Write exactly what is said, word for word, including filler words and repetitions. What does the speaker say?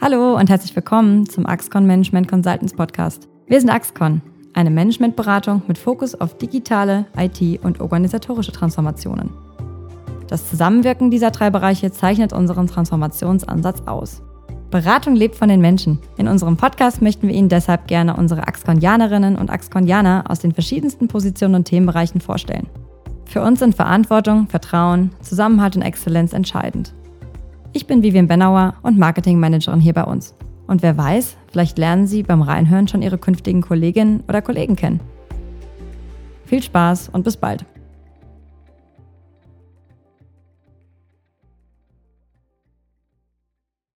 Hallo und herzlich willkommen zum Axcon Management Consultants Podcast. Wir sind Axcon, eine Managementberatung mit Fokus auf digitale, I T und organisatorische Transformationen. Das Zusammenwirken dieser drei Bereiche zeichnet unseren Transformationsansatz aus. Beratung lebt von den Menschen. In unserem Podcast möchten wir Ihnen deshalb gerne unsere Axconianerinnen und Axconianer aus den verschiedensten Positionen und Themenbereichen vorstellen. Für uns sind Verantwortung, Vertrauen, Zusammenhalt und Exzellenz entscheidend. Ich bin Vivian Benauer und Marketingmanagerin hier bei uns. Und wer weiß, vielleicht lernen Sie beim Reinhören schon Ihre künftigen Kolleginnen oder Kollegen kennen. Viel Spaß und bis bald!